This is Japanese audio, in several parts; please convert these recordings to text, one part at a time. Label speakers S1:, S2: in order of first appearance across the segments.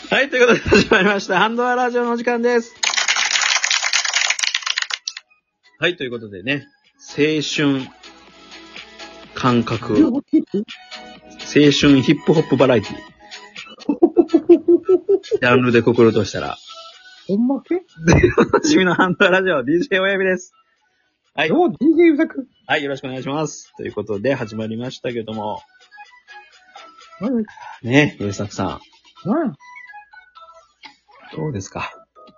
S1: はい、ということで始まりました。ハンドアラジオのお時間です。はい、ということでね、青春感覚、青春ヒップホップバラエティ。ジャンルでくくるとしたら。
S2: ほんまけ
S1: おなじみのハンドアラジオ、DJ 親指です。はい。
S2: どう ?DJ ゆうさく。
S1: はい、よろしくお願いします。ということで始まりましたけども。ね、ゆうさくさん。どうですか？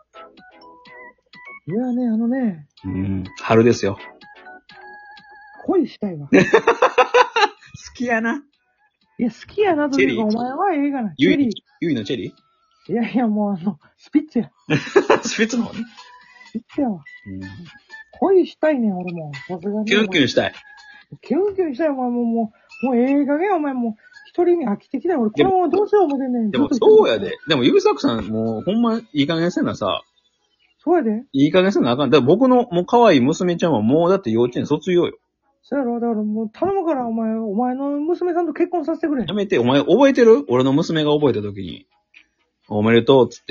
S2: いやね、
S1: 春ですよ。
S2: 恋したいわ。
S1: 好きやな。
S2: いや、好きやなというか、お前はええがな。
S1: ゆいのチェリ
S2: ーいや、もうスピッツや。
S1: スピッツの方ね。
S2: スピッツやわ。恋したいねん、俺も。さすがに。
S1: キュンキュンしたい。
S2: キュンキュンしたい、お前もうええ加減、お前もう、一人に飽きてきたよ。俺、このままどうしよう思てんねん。
S1: でも、そうやで。でも、ゆうさくさん、もう、ほんま、いい加減せなさ。
S2: そうやで。
S1: いい加減せなあかん。だから僕の、もう可愛い娘ちゃんはもう、だって幼稚園卒業よ。
S2: そうやろ、だからもう、頼むから、お前の娘さんと結婚させてくれ。
S1: やめて、お前覚えてる？俺の娘が覚えた時に、おめでとう、つって。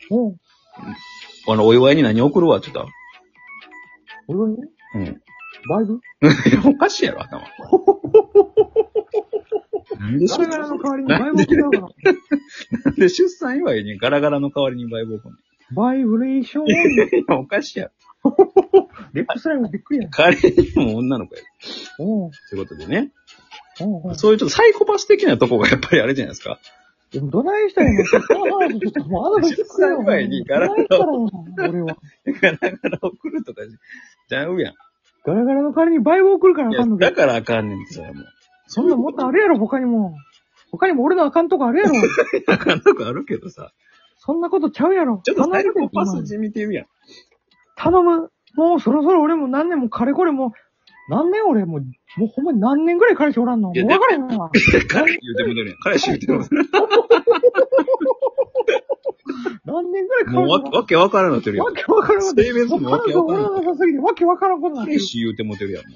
S1: お祝いに何送るわ、って言った。
S2: お祝いね？バイブ
S1: おかしいやろ、頭。なんで
S2: ガラガラの代わりにバイブ送るから。
S1: なんで出産祝いにガラガラの代わりにバイブ送るの？
S2: バイブレーション。
S1: おかしいやろ。
S2: レックスライムびっくりやん。
S1: 彼にも女の子や。ということでね。そういうちょっとサイコパス的なとこがやっぱりあれじゃないですか。
S2: でもどないしたらいいの？その話ちょっともうあなた聞くよ。
S1: 祝いにガラガラを
S2: 俺は。
S1: ガラガラ送るとかちゃうやん。
S2: ガラガラの代わりにバイブ送るからあかんのか。
S1: だからあかんねんって、それもう。
S2: そんなもっとあるやろ、他にも。他にも俺のあかんとこあるやろ。
S1: あかんとこあるけどさ。
S2: そんなことちゃうやろ。
S1: ちょっとサイコパスじみてるやん。
S2: 頼む。もうそろそろ俺も何年もかれこれもう、何年俺もうほんまに何年ぐらい彼氏おらんの？もう分からへんな。
S1: 彼氏言うてもるやん。彼氏言うてもる。
S2: 何年ぐらい
S1: もうわけわからんなってるやん。
S2: わけわからんこと。
S1: 性別もわけわからん。
S2: わけわからんことなってる。
S1: 彼氏言うてもてるやん。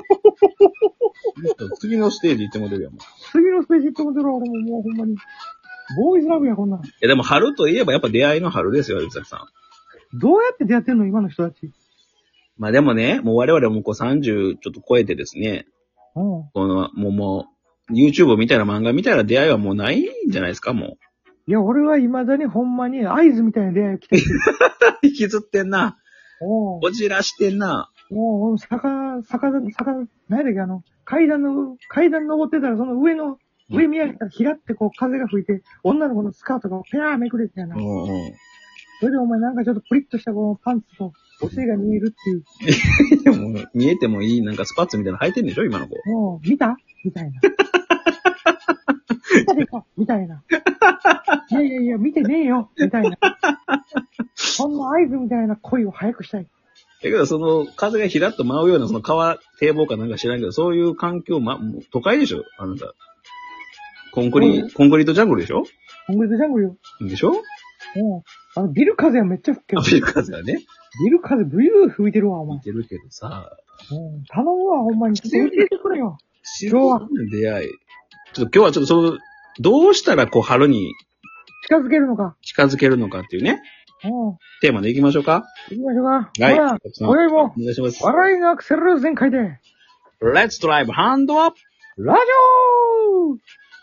S1: 次のステージ行ってもてるやん。
S2: 次のステージ行ってもてるわ、俺もうほんまに。ボーイズラブや、こんなの。
S1: でも春といえばやっぱ出会いの春ですよ、ゆさきさん。
S2: どうやって出会ってんの、今の人たち。
S1: まあでもね、もう我々もこう30ちょっと超えてですね。この、もう、YouTube みたいな漫画みたいな出会いはもうないんじゃないですか、もう。
S2: いや、俺は未だにほんまに合図みたいな出会い来てる。
S1: 引きずってんな。こじらしてんな。
S2: 何やったっけ、階段登ってたら、その上見上げたら、ひらってこう風が吹いて、女の子のスカートがペアーめくれてやな。それでお前なんかちょっとプリッとしたこのパンツと、お尻が見えるっていう。
S1: でも、見えてもいい、なんかスパッツみたいなの履いてんでしょ、今の子。
S2: 見たみたいな。みたいな。いや、見てねえよみたいな。そんな合図みたいな恋を早くしたい。
S1: だけど、その、風がひらっと舞うような、その堤防かなんか知らんけど、そういう環境、都会でしょあなた。コンクリートジャングルでしょ？
S2: コンクリートジャングルよ。
S1: でしょ？
S2: ビル風はめっちゃ吹くけど。
S1: ビル風はね。
S2: ビル風ブユー吹いてるわ、お前。
S1: 吹いてるけどさ。
S2: 頼むわ、ほんまに。教えてくれよ。
S1: 今日は。出会い。今日はちょっとどうしたらこう春に
S2: 近づけるのか
S1: っていうね。テーマでいきましょうか。
S2: 行きましょうか。はい。
S1: 今宵も、お願いします。
S2: 笑いのアクセル全開で。
S1: Let's drive hand up!
S2: ラジオ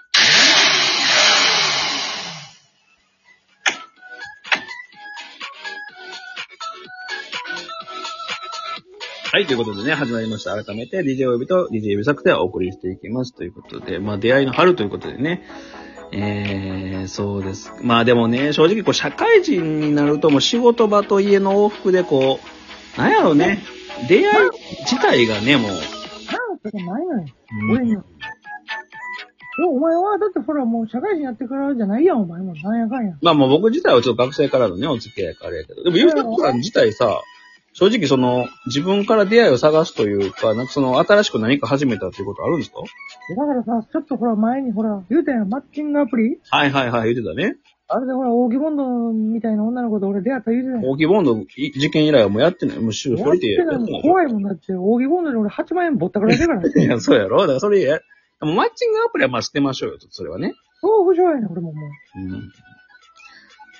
S1: はい、ということでね、始まりました。改めて DJ およびと DJ 指作でお送りしていきます。ということで、出会いの春ということでね。そうです。でもね、正直社会人になるともう仕事場と家の往復でなんやろうね、出会い自体がね、もう。
S2: なんとかないのよ。俺には。お前は、だってほらもう社会人やってからじゃないやん、お前も。なんやかんや。
S1: 僕自体はちょっと学生からのね、お付き合いからやけど。でも、ゆうさくさん自体さ、正直自分から出会いを探すというか、新しく何か始めたっていうことあるんですか？
S2: だからさ、ちょっとほら前に言うたやん、マッチングアプリ？
S1: はい、言ってたね。
S2: あれでほら、オーギボンドみたいな女の子と俺出会った言うてたやん。
S1: オーギボンド事件以来はもうやってない。もう週一人で
S2: やってない。もう怖いもんだって、オーギボンドに俺8万円ぼったくられてからね。
S1: いや、そうやろ？だからそれでもマッチングアプリは捨てましょうよ、それはね。
S2: そう不詳やねん、俺ももう。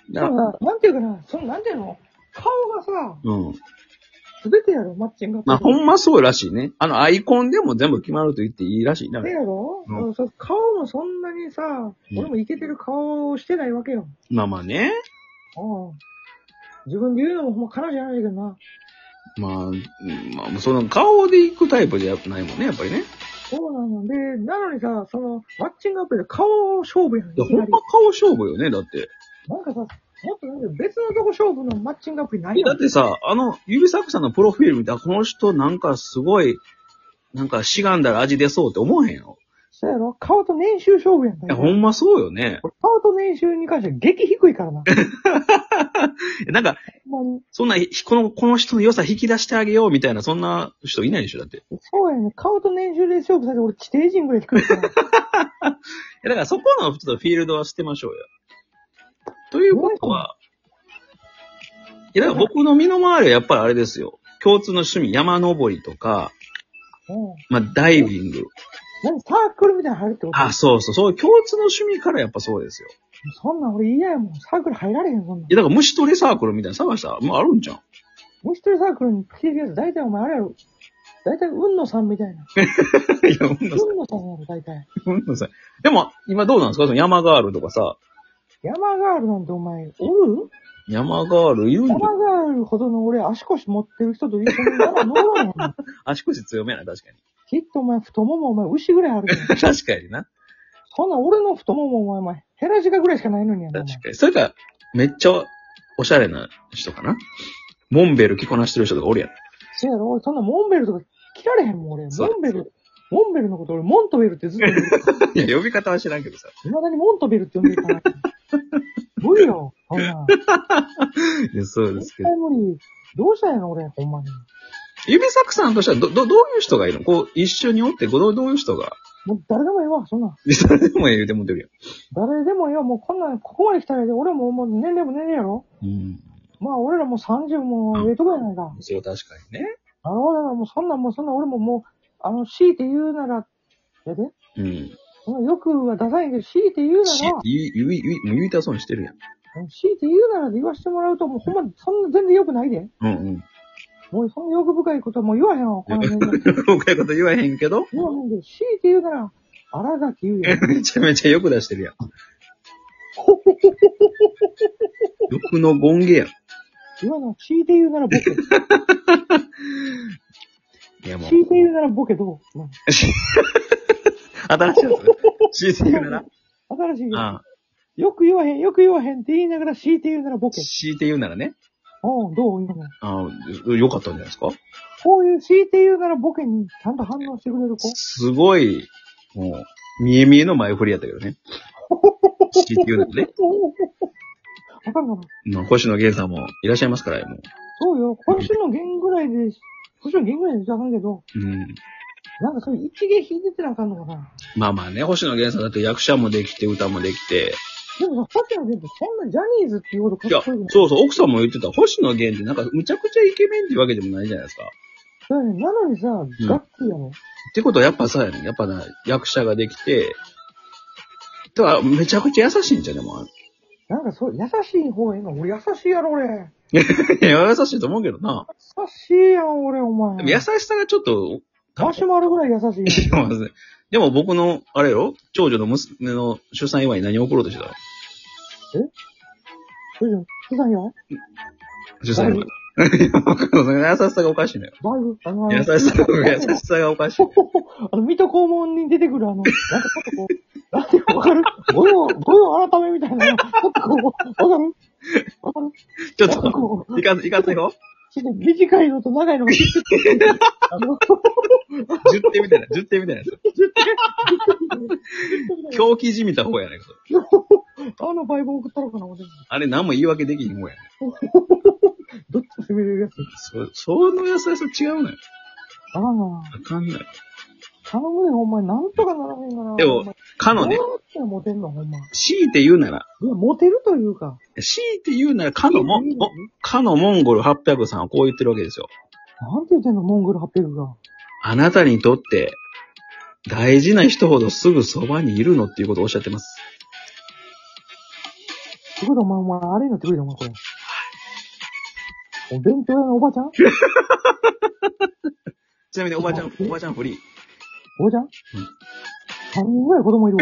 S2: だからなんていうかな、なんていうの顔がさ、
S1: うん。
S2: すべてやろ、マッチングアプリ。
S1: まあ、ほんまそうらしいね。アイコンでも全部決まると言っていいらしいな。
S2: そうやろ、
S1: うん
S2: そう顔もそんなにさ、俺もイケてる顔をしてないわけよ。
S1: まあまあね。
S2: うん。自分で言うのもほんま彼女じゃないけどな。
S1: まあ、その顔で行くタイプじゃないもんね、やっぱりね。
S2: そうなの。で、なのにさ、マッチングアプリで顔勝負やん。
S1: いや、ほんま顔勝負よね、だって。
S2: なんかさ、もっとなんか別のとこ勝負のマッチングアプリないやん。
S1: だってさ、指作さんのプロフィール見たら、この人なんかすごい、なんかしがんだら味出そうって思わへんよ。
S2: そうやろ顔と年収勝負やん。
S1: いや、ほんまそうよね。
S2: 顔と年収に関しては激低いからな。
S1: なんか、そんな、この人の良さ引き出してあげようみたいな、そんな人いないでしょ、だって。
S2: そうやね。顔と年収で勝負されて俺地底人ぐらい低いから。
S1: だからそこのちょっとフィールドは捨てましょうよ。ということは、だから僕の身の回りはやっぱりあれですよ。共通の趣味、山登りとか、まあ、ダイビング。
S2: 何サークルみたいなの入るってこと？
S1: あ、そうそう、そういう共通の趣味からやっぱそうですよ。
S2: そんなん俺嫌やもん。サークル入られへん、そんなん。
S1: いや、だから虫取りサークルみたいな探したら、もうあるんじゃん。
S2: 虫取りサークルに来てるやつ、大体お前あれやろ。大体、うんのさんみたいな。
S1: いや、
S2: うんのさんやろ、大体。
S1: うんのさん。でも、今どうなんですかその山ガールとかさ。
S2: 山ガールなんてお前、おる？
S1: 山ガールいるんだよ。
S2: 山ガールほどの俺足腰持ってる人と一緒に山登らへんの。
S1: 足腰強めやな、確かに。
S2: きっとお前太ももお前牛ぐらいあるけど。
S1: 確かにな。
S2: そんな俺の太ももお前、ヘラジカぐらいしかないのにやな。
S1: 確かに。それか、めっちゃおしゃれな人かな。モンベル着こなしてる人とかおるやん。
S2: そうやろ俺そんなモンベルとか着られへんもん俺。モンベルのこと俺モントベルってずっと言う。
S1: いや、呼び方は知らんけどさ。
S2: 未だにモントベルって呼んでるから。無理よ、ほんな。
S1: いや、そうですけど。
S2: 絶対無理。どうしたんやの俺、ほんまに。
S1: 指作さんとしては、どういう人がいるのこう、一緒におって、どういう人が。
S2: もう誰でもええわ、そんなん。
S1: 誰でも言うても出る
S2: 誰でもええわ、もうこんなん、ここまで来たらで、俺ももう年齢も年齢やろ。
S1: やん。うん。
S2: まあ俺らもう30もええとこやないか。
S1: そう、確かにね。
S2: だからもうそんなん俺ももう、強いて言うなら、やで
S1: うん。
S2: その欲は出さへんけど、強いて言うなら、
S1: もう言いたそうにしてるやん。
S2: 強いて言うならで言わしてもらうと、もうほんま、そんな全然良くないで。
S1: うんうん。
S2: もうそんな欲深いことはもう言わへんわ、この年齢。
S1: 深いこと言わへんけど。
S2: 言わへんけど、強いて言うなら、荒崎言うよ。
S1: めちゃめちゃ欲出してるやん。欲の権下やん。
S2: 今の、強いて言うならボケ。
S1: いやもう。
S2: 強いて言うならボケどう、
S1: 新しいやつ強いて言うなら
S2: 新しいやつ。
S1: ああ。
S2: よく言わへんって言いながら強いて言うならボケ。
S1: 強いて言うならね。
S2: どう今の。
S1: ああ、よかったんじゃないですか
S2: こういう強いて言うならボケにちゃんと反応してくれる子。
S1: すごい、もう、見え見えの前振りやったけどね。強いて言うならね。
S2: わかるかな。
S1: まあ、星野源さんもいらっしゃいますから、もう。
S2: そうよ。星野源ぐらいで、星野源ぐらいでわかんけど、
S1: うん。
S2: なんかそういう一芸弾いててなあかんのかな。
S1: まあまあね、星野源さんだって役者もできて、歌もできて。
S2: でもさ、星野源ってそんなジャニーズっていうほどか
S1: いや、
S2: っこいいの。
S1: そうそう、奥さんも言ってた。星野源ってなんか、むちゃくちゃイケメンっていうわけでもないじゃないですか。
S2: だよね。なのにさ、ガッキーやね。
S1: ってことはやっぱさ、やっぱな、役者ができて、だからめちゃくちゃ優しいんじゃん、でも。
S2: なんかそう、優しい方がいいの。俺優しいやろ、俺。
S1: いや、優しいと思うけどな。
S2: 優しいやん、俺、お前。
S1: でも優しさがちょっと、
S2: マシュマロぐらい優しいやん。
S1: でも僕の、あれよ、長女の娘の出産祝い何送ろうとしてた
S2: 出産祝い
S1: 出産祝い。優しさがおかしいのよ。
S2: バイブ
S1: 優しさがおかしい。
S2: 水戸黄門に出てくるなんかちょっとこう、なんてわかるご用改めみたいな。ちょっとこう、わかる
S1: ちょっと、いかつい方
S2: 短いのと長いのが10
S1: 手みたいなやつ。狂気じみた方やねん。
S2: バイブ送ったのかな、俺。
S1: あれ何も言い訳できひん方やねん。
S2: どっちも攻めれるやつ。
S1: その優しさ違うのよ。
S2: あかんな。
S1: あかんない。
S2: 頼むね、ほんまに。なんとかならへんかな。
S1: でも、かのね。
S2: どうやってモテんの、ほんま。
S1: 強いて言うなら。
S2: いや、モテるというか。
S1: 強いて言うなら、かのモンゴル800さんはこう言ってるわけですよ。
S2: なんて言ってんの、モンゴル800が。
S1: あなたにとって、大事な人ほどすぐそばにいるのっていうことをおっしゃってます。
S2: ってことお前、あれになってくれよ、お前、これ。お弁当屋のおばちゃん
S1: ちなみにおばちゃんフリー。
S2: おばちゃん3人ぐらい子供いるわ。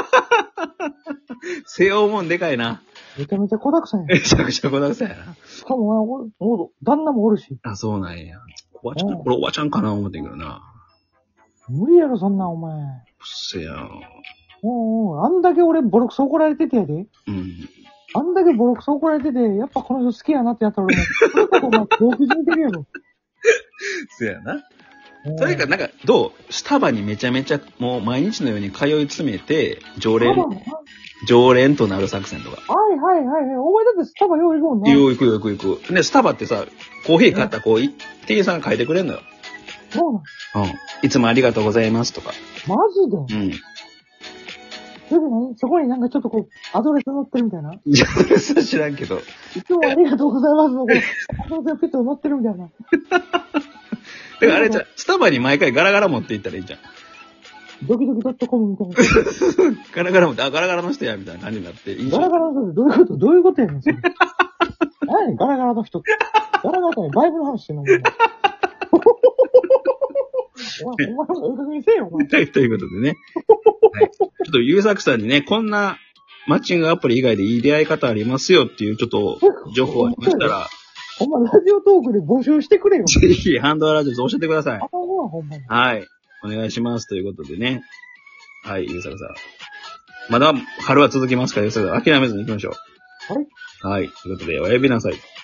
S1: 背負うもんでかいな。
S2: めちゃめちゃ子だくさんや。
S1: めちゃくちゃこだわさやな。
S2: しかも、旦那もおるし。
S1: あ、そうなんや。おばちゃん、これおばちゃんかな思ってんけどな。
S2: 無理やろ、そんなん、お前。
S1: うっせやん。
S2: あんだけ俺ボロクソ怒られててやで。
S1: うん。
S2: あんだけボロクソ怒られてて、やっぱこの人好きやなってやったら俺も、それこそお前、同期人てるやろ。
S1: そやな。それか、なんか、どうスタバにめちゃめちゃ、もう毎日のように通い詰めて、常連となる作戦とか。
S2: はいはいはいはい。お前だってスタバよう行くもんな。
S1: 行く。で、スタバってさ、コーヒー買ったら店員さんが書いてくれんのよ。
S2: そうなん。
S1: うん。いつもありがとうございますとか。
S2: マジで
S1: うん。
S2: それで何そこになんかちょっとアドレス載ってるみたいな。
S1: いや、それ知らんけど。
S2: いつもありがとうございますの、アドレスピット載ってるみたいな。
S1: だからあれじゃ、スタバに毎回ガラガラ持って行ったらいいじゃん。
S2: ドキドキ .com みたいな。
S1: ガラガラ持って、ガラガラの人や、みたいな感じになっていいじゃん。
S2: ガラガラの人ってどういうことやねん、それ。何ガラガラの人って。ガラガラってバイブの話してんの、お前。お前もいい加減にせえよ、お前。
S1: はい、ということでね。はい、ちょっと、ゆうさくさんにね、こんなマッチングアプリ以外でいい出会い方ありますよっていう、ちょっと、情報ありましたら、
S2: お前、ラジオトークで募集してくれよ。
S1: ぜひ、ハンドラジオで教えてください。
S2: ほんまに。
S1: はい。お願いします。ということでね。はい、ゆうさくさん。まだ春は続きますから、ゆうさくさん、諦めずに行きましょう。
S2: はい。
S1: はい。ということで、おやびなさい。